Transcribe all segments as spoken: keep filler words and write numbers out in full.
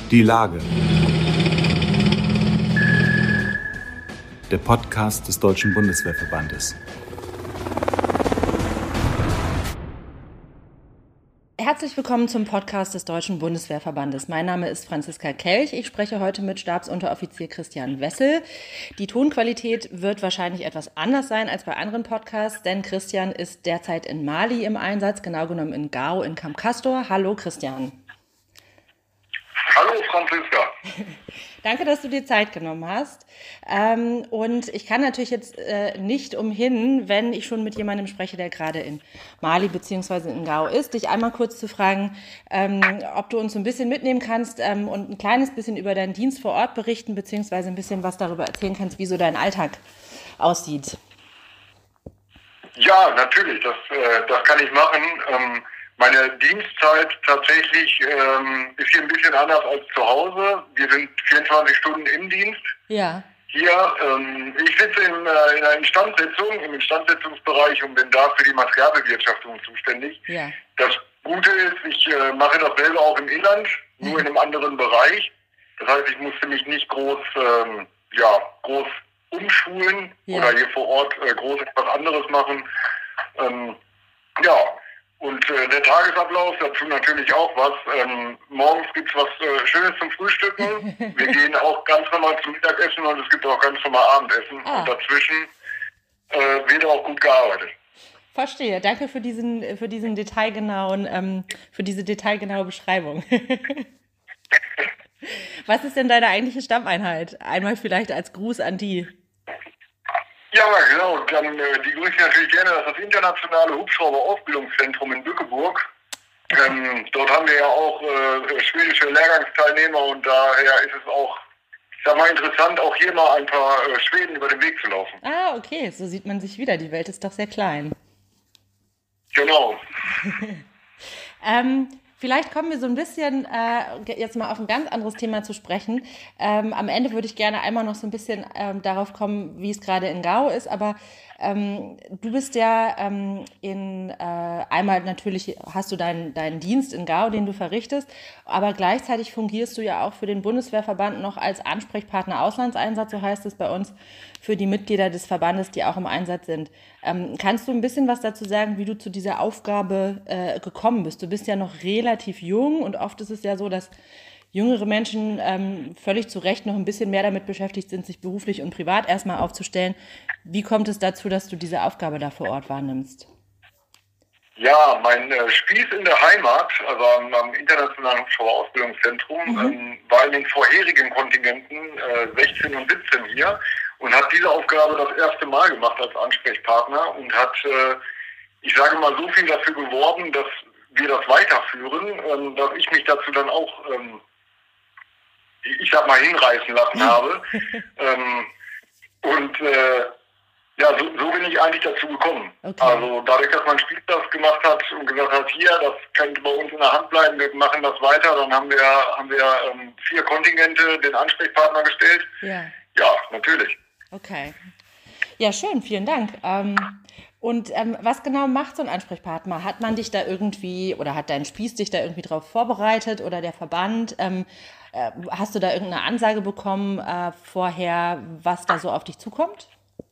Die Lage. Der Podcast des Deutschen Bundeswehrverbandes. Herzlich willkommen zum Podcast des Deutschen Bundeswehrverbandes. Mein Name ist Franziska Kelch. Ich spreche heute mit Stabsunteroffizier Christian Wessel. Die Tonqualität wird wahrscheinlich etwas anders sein als bei anderen Podcasts, denn Christian ist derzeit in Mali im Einsatz, genau genommen in Gao in Camp Castor. Hallo Christian. Hallo Franziska. Danke, dass du dir Zeit genommen hast. Ähm, und ich kann natürlich jetzt äh, nicht umhin, wenn ich schon mit jemandem spreche, der gerade in Mali bzw. in Gao ist, dich einmal kurz zu fragen, ähm, ob du uns so ein bisschen mitnehmen kannst ähm, und ein kleines bisschen über deinen Dienst vor Ort berichten bzw. ein bisschen was darüber erzählen kannst, wie so dein Alltag aussieht. Ja, natürlich, das, äh, das kann ich machen. Ähm, Meine Dienstzeit tatsächlich ähm, ist hier ein bisschen anders als zu Hause. Wir sind vierundzwanzig Stunden im Dienst. Ja. Hier, ähm, ich sitze in, äh, in einer Instandsetzung, im Instandsetzungsbereich und bin da für die Materialbewirtschaftung zuständig. Ja. Das Gute ist, ich äh, mache das selber auch im Inland, nur in einem anderen Bereich. Das heißt, ich musste mich nicht groß, ähm, ja, groß umschulen Ja. oder hier vor Ort äh, groß etwas anderes machen. Ähm, ja. Und äh, der Tagesablauf, dazu natürlich auch was. Ähm, morgens gibt's was äh, Schönes zum Frühstücken. Wir gehen auch ganz normal zum Mittagessen und es gibt auch ganz normal Abendessen. Ah. Und dazwischen äh, wird auch gut gearbeitet. Verstehe. Danke für diesen, für diesen detailgenauen, ähm, für diese detailgenaue Beschreibung. Was ist denn deine eigentliche Stammeinheit? Einmal vielleicht als Gruß an die. Ja, genau. Dann äh, die grüße ich natürlich gerne. Das ist das internationale Hubschrauber-Ausbildungszentrum in Bückeburg. Ähm, dort haben wir ja auch äh, schwedische Lehrgangsteilnehmer und daher ist es auch, ich sag mal, interessant, auch hier mal ein paar äh, Schweden über den Weg zu laufen. Ah, okay, so sieht man sich wieder. Die Welt ist doch sehr klein. Genau. Ähm, vielleicht kommen wir so ein bisschen äh, jetzt mal auf ein ganz anderes Thema zu sprechen. Ähm, am Ende würde ich gerne einmal noch so ein bisschen ähm, darauf kommen, wie es gerade in Gao ist. Aber ähm, du bist ja ähm, in, äh, einmal natürlich hast du deinen, deinen Dienst in Gao, den du verrichtest, aber gleichzeitig fungierst du ja auch für den Bundeswehrverband noch als Ansprechpartner Auslandseinsatz, so heißt es bei uns, für die Mitglieder des Verbandes, die auch im Einsatz sind. Ähm, kannst du ein bisschen was dazu sagen, wie du zu dieser Aufgabe äh, gekommen bist? Du bist ja noch relativ jung und oft ist es ja so, dass jüngere Menschen ähm, völlig zu Recht noch ein bisschen mehr damit beschäftigt sind, sich beruflich und privat erstmal aufzustellen. Wie kommt es dazu, dass du diese Aufgabe da vor Ort wahrnimmst? Ja, mein äh, Spieß in der Heimat, also am, am Internationalen Hubschrauber-Ausbildungszentrum, Mhm. ähm, war in den vorherigen Kontingenten äh, sechzehn und siebzehn hier und hat diese Aufgabe das erste Mal gemacht als Ansprechpartner und hat, äh, ich sage mal, so viel dafür geworben, dass wir das weiterführen, ähm, dass ich mich dazu dann auch, ähm, ich sag mal, hinreißen lassen habe. ähm, und äh, ja, so, so bin ich eigentlich dazu gekommen. Okay. Also dadurch, dass mein Spieß das gemacht hat und gesagt hat, hier, das könnte bei uns in der Hand bleiben, wir machen das weiter, dann haben wir, haben wir ähm, vier Kontingente den Ansprechpartner gestellt. Ja. Ja, natürlich. Okay. Ja, schön, vielen Dank. Ähm, und ähm, was genau macht so ein Ansprechpartner? Hat man dich da irgendwie oder hat dein Spieß dich da irgendwie drauf vorbereitet oder der Verband? Ähm, äh, hast du da irgendeine Ansage bekommen äh, vorher, was da so auf dich zukommt?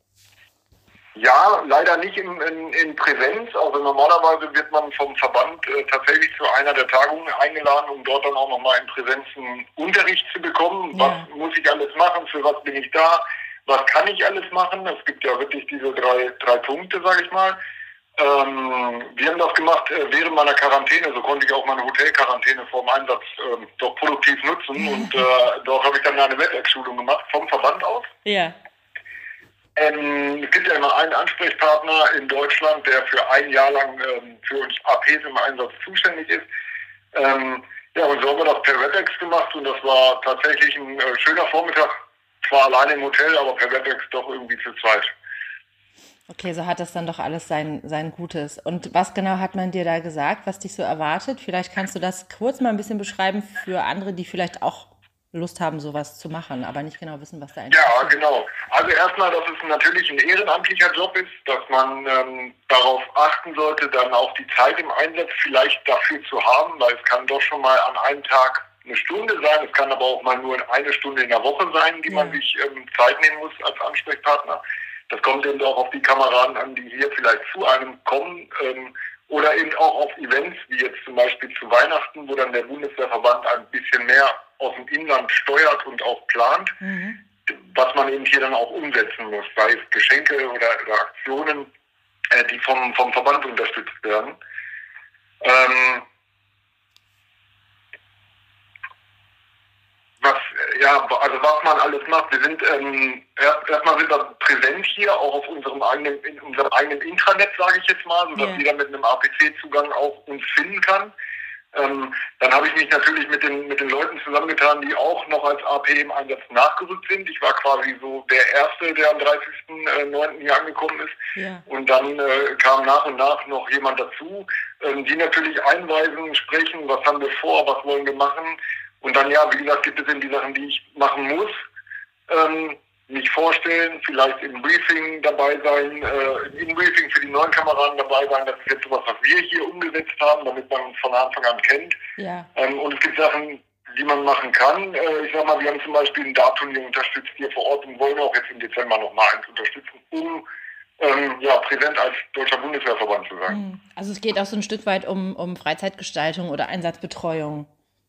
Ja, leider nicht in, in, in Präsenz. Also normalerweise wird man vom Verband äh, tatsächlich zu einer der Tagungen eingeladen, um dort dann auch nochmal in Präsenz einen Unterricht zu bekommen. Ja. Was muss ich alles machen? Für was bin ich da? Was kann ich alles machen? Es gibt ja wirklich diese drei, drei Punkte, sage ich mal. Ähm, wir haben das gemacht äh, während meiner Quarantäne. So konnte ich auch meine Hotelquarantäne vor dem Einsatz äh, doch produktiv nutzen. Und äh, dort habe ich dann eine WebEx-Schulung gemacht vom Verband aus. Ja. Ähm, es gibt ja immer einen Ansprechpartner in Deutschland, der für ein Jahr lang ähm, für uns A Ps im Einsatz zuständig ist. Ähm, ja, und so haben wir das per WebEx gemacht und das war tatsächlich ein äh, schöner Vormittag. Zwar alleine im Hotel, aber per WebEx doch irgendwie zu zweit. Okay, so hat das dann doch alles sein, sein Gutes. Und was genau hat man dir da gesagt, was dich so erwartet? Vielleicht kannst du das kurz mal ein bisschen beschreiben für andere, die vielleicht auch Lust haben, sowas zu machen, aber nicht genau wissen, was da eigentlich Ja, passiert. genau. Also erstmal, dass es natürlich ein ehrenamtlicher Job ist, dass man ähm, darauf achten sollte, dann auch die Zeit im Einsatz vielleicht dafür zu haben, weil es kann doch schon mal an einem Tag eine Stunde sein, es kann aber auch mal nur eine Stunde in der Woche sein, die ja. man sich ähm, Zeit nehmen muss als Ansprechpartner. Das kommt eben auch auf die Kameraden an, die hier vielleicht zu einem kommen ähm, oder eben auch auf Events, wie jetzt zum Beispiel zu Weihnachten, wo dann der Bundeswehrverband ein bisschen mehr aus dem Inland steuert und auch plant, mhm. was man eben hier dann auch umsetzen muss, sei es Geschenke oder, oder Aktionen, äh, die vom, vom Verband unterstützt werden. Ähm, Was, ja, also was man alles macht. Wir sind ähm, erst, erstmal sind wir präsent hier, auch auf unserem eigenen, in unserem eigenen Intranet, sage ich jetzt mal, sodass yeah. jeder mit einem A P C-Zugang auch uns finden kann. Ähm, dann habe ich mich natürlich mit den mit den Leuten zusammengetan, die auch noch als A P im Einsatz nachgerückt sind. Ich war quasi so der Erste, der am dreißigsten neunten hier angekommen ist. Yeah. Und dann äh, kam nach und nach noch jemand dazu, ähm, die natürlich einweisen, sprechen, was haben wir vor, was wollen wir machen. Und dann, ja, wie gesagt, gibt es eben die Sachen, die ich machen muss. Ähm, mich vorstellen, vielleicht im Briefing dabei sein, äh, im Briefing für die neuen Kameraden dabei sein. Das ist jetzt sowas, was wir hier umgesetzt haben, damit man uns von Anfang an kennt. Ja. Ähm, und es gibt Sachen, die man machen kann. Äh, ich sag mal, wir haben zum Beispiel ein Dart-Turnier unterstützt hier vor Ort und wollen auch jetzt im Dezember nochmal eins unterstützen, um ähm, ja, präsent als Deutscher Bundeswehrverband zu sein. Also es geht auch so ein Stück weit um, um Freizeitgestaltung oder Einsatzbetreuung.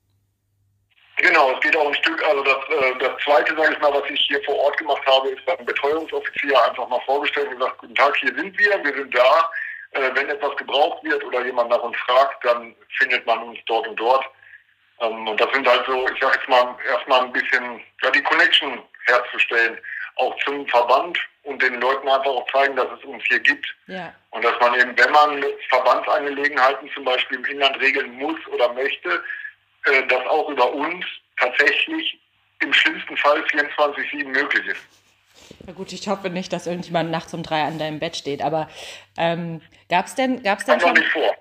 Genau, es geht auch ein Stück, also das, äh, das Zweite, sage ich mal, was ich hier vor Ort gemacht habe, ist beim Betreuungsoffizier einfach mal vorgestellt und gesagt, guten Tag, hier sind wir, wir sind da. Äh, wenn etwas gebraucht wird oder jemand nach uns fragt, dann findet man uns dort und dort. Ähm, und das sind halt so, ich sage jetzt mal, erstmal ein bisschen, ja, die Connection herzustellen, auch zum Verband und den Leuten einfach auch zeigen, dass es uns hier gibt. Ja. Und dass man eben, wenn man Verbandsangelegenheiten zum Beispiel im Inland regeln muss oder möchte, das auch über uns tatsächlich im schlimmsten Fall vierundzwanzig sieben möglich ist. Na gut, ich hoffe nicht, dass irgendjemand nachts um drei an deinem Bett steht, aber ähm, gab es denn, gab's denn schon... nicht vor.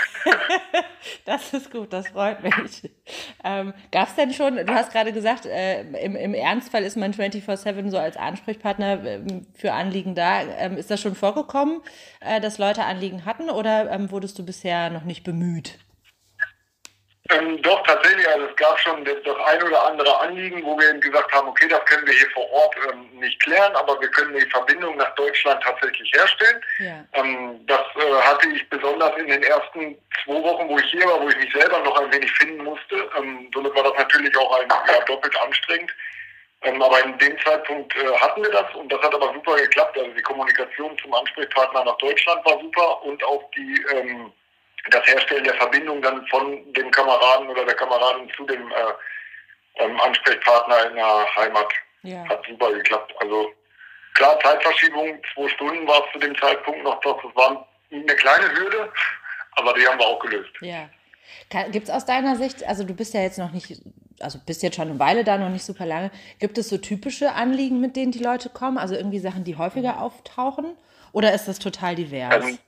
Das ist gut, das freut mich. Ähm, gab es denn schon, du hast gerade gesagt, äh, im, im Ernstfall ist man vierundzwanzig sieben so als Ansprechpartner äh, für Anliegen da. Ähm, ist das schon vorgekommen, äh, dass Leute Anliegen hatten oder ähm, wurdest du bisher noch nicht bemüht? Ähm, doch, tatsächlich, also es gab schon das, das ein oder andere Anliegen, wo wir eben gesagt haben, okay, das können wir hier vor Ort ähm, nicht klären, aber wir können die Verbindung nach Deutschland tatsächlich herstellen. Ja. Ähm, das äh, hatte ich besonders in den ersten zwei Wochen, wo ich hier war, wo ich mich selber noch ein wenig finden musste. Ähm, somit war das natürlich auch ein, ja, doppelt anstrengend. Ähm, aber in dem Zeitpunkt äh, hatten wir das und das hat aber super geklappt. Also die Kommunikation zum Ansprechpartner nach Deutschland war super und auch die... Ähm, das Herstellen der Verbindung dann von dem Kameraden oder der Kameradin zu dem äh, ähm, Ansprechpartner in der Heimat ja. hat super geklappt. Also klar, Zeitverschiebung, zwei Stunden war es zu dem Zeitpunkt noch, das war eine kleine Hürde, aber die haben wir auch gelöst. Ja. Gibt es aus deiner Sicht, also du bist ja jetzt noch nicht, also bist jetzt schon eine Weile da, noch nicht super lange, gibt es so typische Anliegen, mit denen die Leute kommen, also irgendwie Sachen, die häufiger auftauchen oder ist das total divers? Ähm,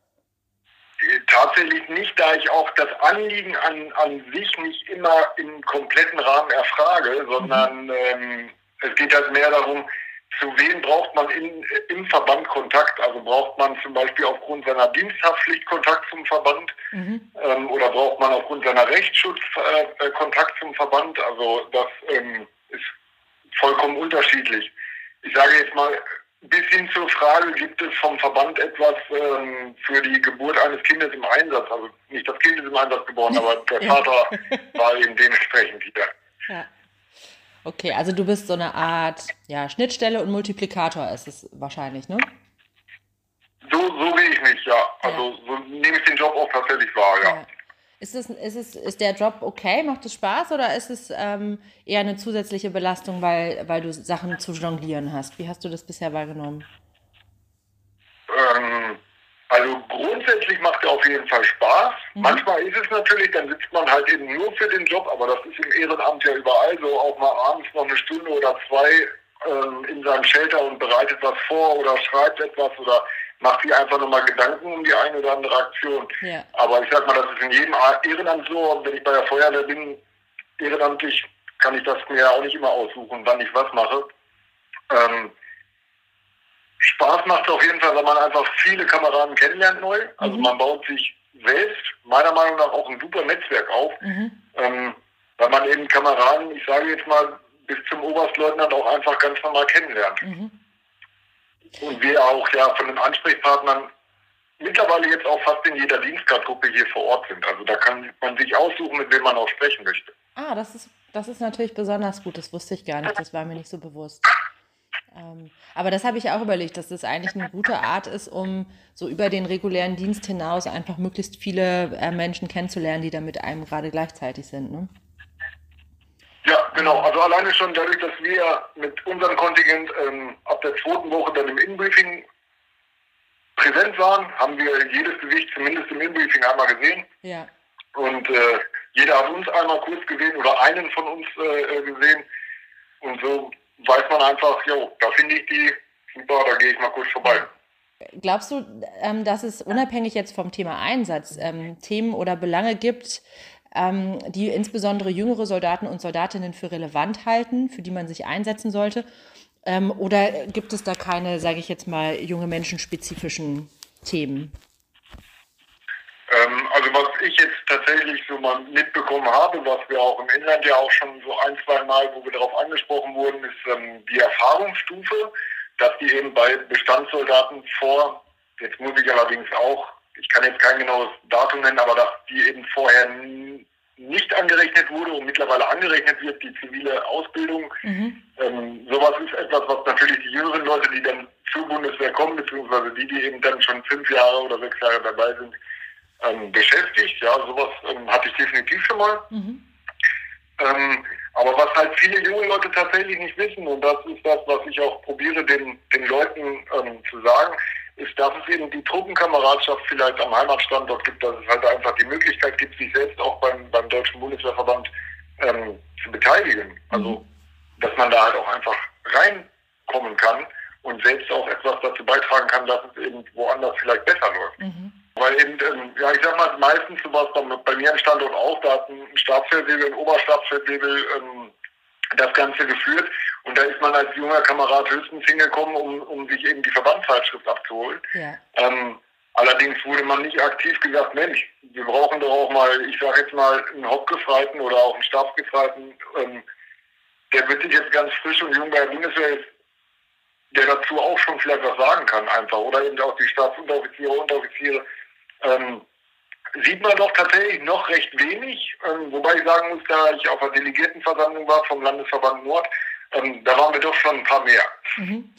Tatsächlich nicht, da ich auch das Anliegen an, an sich nicht immer im kompletten Rahmen erfrage, sondern mhm. ähm, es geht halt mehr darum, zu wem braucht man in, im Verband Kontakt. Also braucht man zum Beispiel aufgrund seiner Diensthaftpflicht Kontakt zum Verband mhm. ähm, oder braucht man aufgrund seiner Rechtsschutz äh, Kontakt zum Verband. Also das ähm, ist vollkommen unterschiedlich. Ich sage jetzt mal, bis hin zur Frage, gibt es vom Verband etwas ähm, für die Geburt eines Kindes im Einsatz? Also nicht das Kind ist im Einsatz geboren, aber der ja. Vater war eben dementsprechend wieder. Ja. Okay, also du bist so eine Art ja, Schnittstelle und Multiplikator ist es wahrscheinlich, ne? So, so sehe ich mich, ja. Also ja. so nehme ich den Job auch tatsächlich wahr, ja. ja. Ist, es, ist, es, ist der Job okay? Macht es Spaß oder ist es ähm, eher eine zusätzliche Belastung, weil, weil du Sachen zu jonglieren hast? Wie hast du das bisher wahrgenommen? Ähm, also grundsätzlich macht er auf jeden Fall Spaß. Mhm. Manchmal ist es natürlich, dann sitzt man halt eben nur für den Job, aber das ist im Ehrenamt ja überall so, auch mal abends noch eine Stunde oder zwei ähm, in seinem Shelter und bereitet was vor oder schreibt etwas oder macht sich einfach nochmal Gedanken um die eine oder andere Aktion. Ja. Aber ich sag mal, das ist in jedem Ehrenamt so. Wenn ich bei der Feuerwehr bin, ehrenamtlich, kann ich das mir auch nicht immer aussuchen, wann ich was mache. Ähm, Spaß macht es auf jeden Fall, weil man einfach viele Kameraden kennenlernt neu. Also mhm. man baut sich selbst, meiner Meinung nach, auch ein super Netzwerk auf. Mhm. Ähm, weil man eben Kameraden, ich sage jetzt mal, bis zum Oberstleutnant auch einfach ganz normal kennenlernt. Mhm. Und wir auch ja von den Ansprechpartnern mittlerweile jetzt auch fast in jeder Dienstgradgruppe hier vor Ort sind. Also da kann man sich aussuchen, mit wem man auch sprechen möchte. Ah, das ist, das ist natürlich besonders gut. Das wusste ich gar nicht. Das war mir nicht so bewusst. Ähm, aber das habe ich auch überlegt, dass das eigentlich eine gute Art ist, um so über den regulären Dienst hinaus einfach möglichst viele äh, Menschen kennenzulernen, die da mit einem gerade gleichzeitig sind, ne? Ja, genau. Also alleine schon dadurch, dass wir mit unserem Kontingent ähm, ab der zweiten Woche dann im Inbriefing präsent waren, haben wir jedes Gewicht zumindest im Inbriefing einmal gesehen. Ja. Und äh, jeder hat uns einmal kurz gesehen oder einen von uns äh, gesehen. Und so weiß man einfach, jo, da finde ich die, super, da gehe ich mal kurz vorbei. Glaubst du, ähm, dass es unabhängig jetzt vom Thema Einsatz ähm, Themen oder Belange gibt, ähm, die insbesondere jüngere Soldaten und Soldatinnen für relevant halten, für die man sich einsetzen sollte? Ähm, oder gibt es da keine, sage ich jetzt mal, junge Menschen spezifischen Themen? Ähm, also was ich jetzt tatsächlich so mal mitbekommen habe, was wir auch im Inland ja auch schon so ein, zwei Mal, wo wir darauf angesprochen wurden, ist ähm, die Erfahrungsstufe, dass die eben bei Bestandssoldaten vor, jetzt muss ich allerdings auch, ich kann jetzt kein genaues Datum nennen, aber dass die eben vorher n- nicht angerechnet wurde und mittlerweile angerechnet wird, die zivile Ausbildung. Mhm. Ähm, sowas ist etwas, was natürlich die jüngeren Leute, die dann zur Bundeswehr kommen, beziehungsweise die, die eben dann schon fünf Jahre oder sechs Jahre dabei sind, ähm, beschäftigt. Ja, sowas ähm, hatte ich definitiv schon mal. Mhm. Ähm, aber was halt viele junge Leute tatsächlich nicht wissen, und das ist das, was ich auch probiere, den, den Leuten ähm, zu sagen, ist, dass es eben die Truppenkameradschaft vielleicht am Heimatstandort gibt, dass es halt einfach die Möglichkeit gibt, sich selbst auch beim, beim Deutschen Bundeswehrverband ähm, zu beteiligen. Also, dass man da halt auch einfach reinkommen kann und selbst auch etwas dazu beitragen kann, dass es eben woanders vielleicht besser läuft. Mhm. Weil eben, ähm, ja, ich sag mal, meistens, so war es bei mir am Standort auch, da hat ein Stabsfeldwebel, ein Oberstabsfeldwebel ähm, das Ganze geführt. Und da ist man als junger Kamerad höchstens hingekommen, um, um sich eben die Verbandszeitschrift abzuholen. Ja. Ähm, allerdings wurde man nicht aktiv gesagt, Mensch, wir brauchen doch auch mal, ich sage jetzt mal, einen Hauptgefreiten oder auch einen Stabsgefreiten, ähm, der wird sich jetzt ganz frisch und jung bei der Bundeswehr ist, der dazu auch schon vielleicht was sagen kann einfach. Oder eben auch die Stabsunteroffiziere, Unteroffiziere. Ähm, sieht man doch tatsächlich noch recht wenig, ähm, wobei ich sagen muss, da ich auf der Delegiertenversammlung war vom Landesverband Nord, ähm, da waren wir doch schon ein paar mehr. Mhm.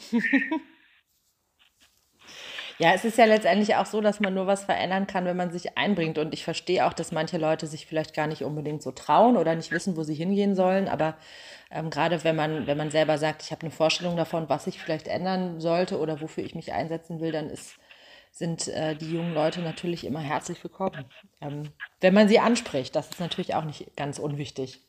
Ja, es ist ja letztendlich auch so, dass man nur was verändern kann, wenn man sich einbringt. Und ich verstehe auch, dass manche Leute sich vielleicht gar nicht unbedingt so trauen oder nicht wissen, wo sie hingehen sollen. Aber ähm, gerade wenn man, wenn man selber sagt, ich habe eine Vorstellung davon, was ich vielleicht ändern sollte oder wofür ich mich einsetzen will, dann ist sind äh, die jungen Leute natürlich immer herzlich willkommen. Ähm, wenn man sie anspricht, das ist natürlich auch nicht ganz unwichtig.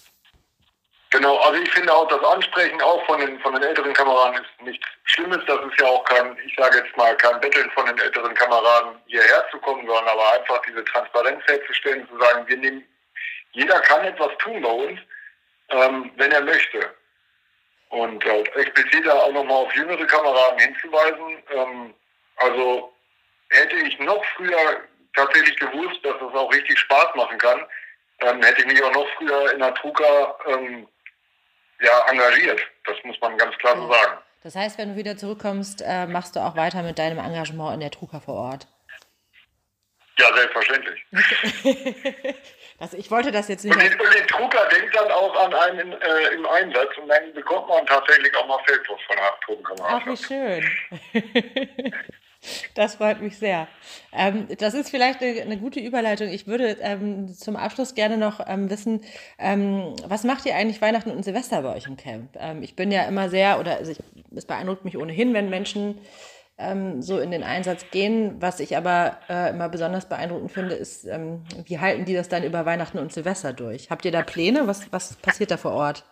Genau, also ich finde auch, das Ansprechen auch von den, von den älteren Kameraden ist nichts Schlimmes. Das ist ja auch kein, ich sage jetzt mal, kein Betteln von den älteren Kameraden hierher zu kommen, sondern aber einfach diese Transparenz herzustellen, zu sagen, wir nehmen, jeder kann etwas tun bei uns, ähm, wenn er möchte. Und äh, explizit auch nochmal auf jüngere Kameraden hinzuweisen, ähm, also hätte ich noch früher tatsächlich gewusst, dass es auch richtig Spaß machen kann, ähm, hätte ich mich auch noch früher in der Truka ähm, ja, engagiert. Das muss man ganz klar so sagen. Das heißt, wenn du wieder zurückkommst, äh, machst du auch weiter mit deinem Engagement in der Truka vor Ort? Ja, selbstverständlich. Also ich wollte das jetzt nicht... Und die, und die Truka denkt dann auch an einen äh, im Einsatz und dann bekommt man tatsächlich auch mal Feldpost von der Truppenkameradschaft. Ach, wie schön. Das freut mich sehr. Ähm, das ist vielleicht eine, eine gute Überleitung. Ich würde ähm, zum Abschluss gerne noch ähm, wissen, ähm, was macht ihr eigentlich Weihnachten und Silvester bei euch im Camp? Ähm, ich bin ja immer sehr, oder also ich, es beeindruckt mich ohnehin, wenn Menschen ähm, so in den Einsatz gehen. Was ich aber äh, immer besonders beeindruckend finde, ist, ähm, wie halten die das dann über Weihnachten und Silvester durch? Habt ihr da Pläne? Was, was passiert da vor Ort?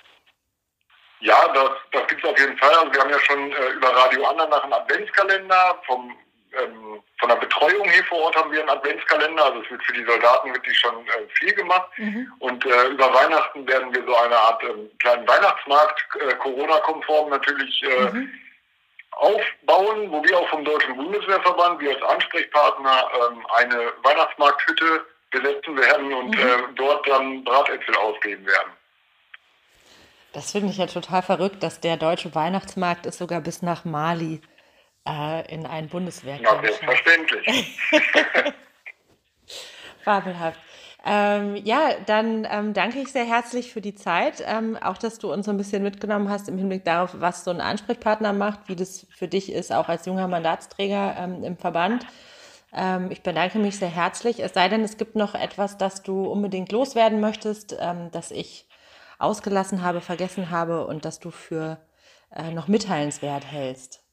Ja, das, das gibt es auf jeden Fall. Also wir haben ja schon äh, über Radio Andernach einen Adventskalender. Vom, ähm, von der Betreuung hier vor Ort haben wir einen Adventskalender. Also es wird für die Soldaten wirklich schon äh, viel gemacht. Mhm. Und äh, über Weihnachten werden wir so eine Art ähm, kleinen Weihnachtsmarkt, äh, Corona-konform natürlich äh, mhm. aufbauen, wo wir auch vom Deutschen Bundeswehrverband, wir als Ansprechpartner, ähm, eine Weihnachtsmarkthütte besetzen werden und mhm. äh, dort dann Bratäpfel ausgeben werden. Das finde ich ja total verrückt, dass der deutsche Weihnachtsmarkt ist sogar bis nach Mali äh, in ein Bundeswehrcamp. Na, selbstverständlich. Fabelhaft. Ähm, ja, dann ähm, danke ich sehr herzlich für die Zeit, ähm, auch dass du uns so ein bisschen mitgenommen hast im Hinblick darauf, was so ein Ansprechpartner macht, wie das für dich ist, auch als junger Mandatsträger ähm, im Verband. Ähm, ich bedanke mich sehr herzlich, es sei denn, es gibt noch etwas, das du unbedingt loswerden möchtest, ähm, das ich ausgelassen habe, vergessen habe und das du für äh, noch mitteilenswert hältst.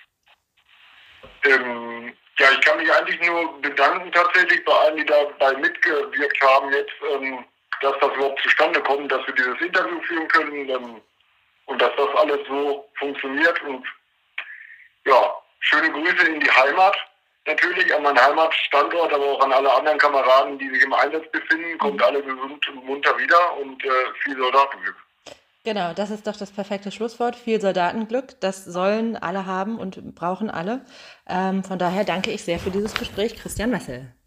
Ähm, ja, ich kann mich eigentlich nur bedanken tatsächlich bei allen, die dabei mitgewirkt haben jetzt, ähm, dass das überhaupt zustande kommt, dass wir dieses Interview führen können ähm, und dass das alles so funktioniert. Und ja, schöne Grüße in die Heimat, natürlich an meinen Heimatstandort, aber auch an alle anderen Kameraden, die sich im Einsatz befinden. Kommt mhm. alle gesund und munter wieder und äh, viel Soldatenglück. Genau, das ist doch das perfekte Schlusswort. Viel Soldatenglück, das sollen alle haben und brauchen alle. Ähm, von daher danke ich sehr für dieses Gespräch, Christian Messel.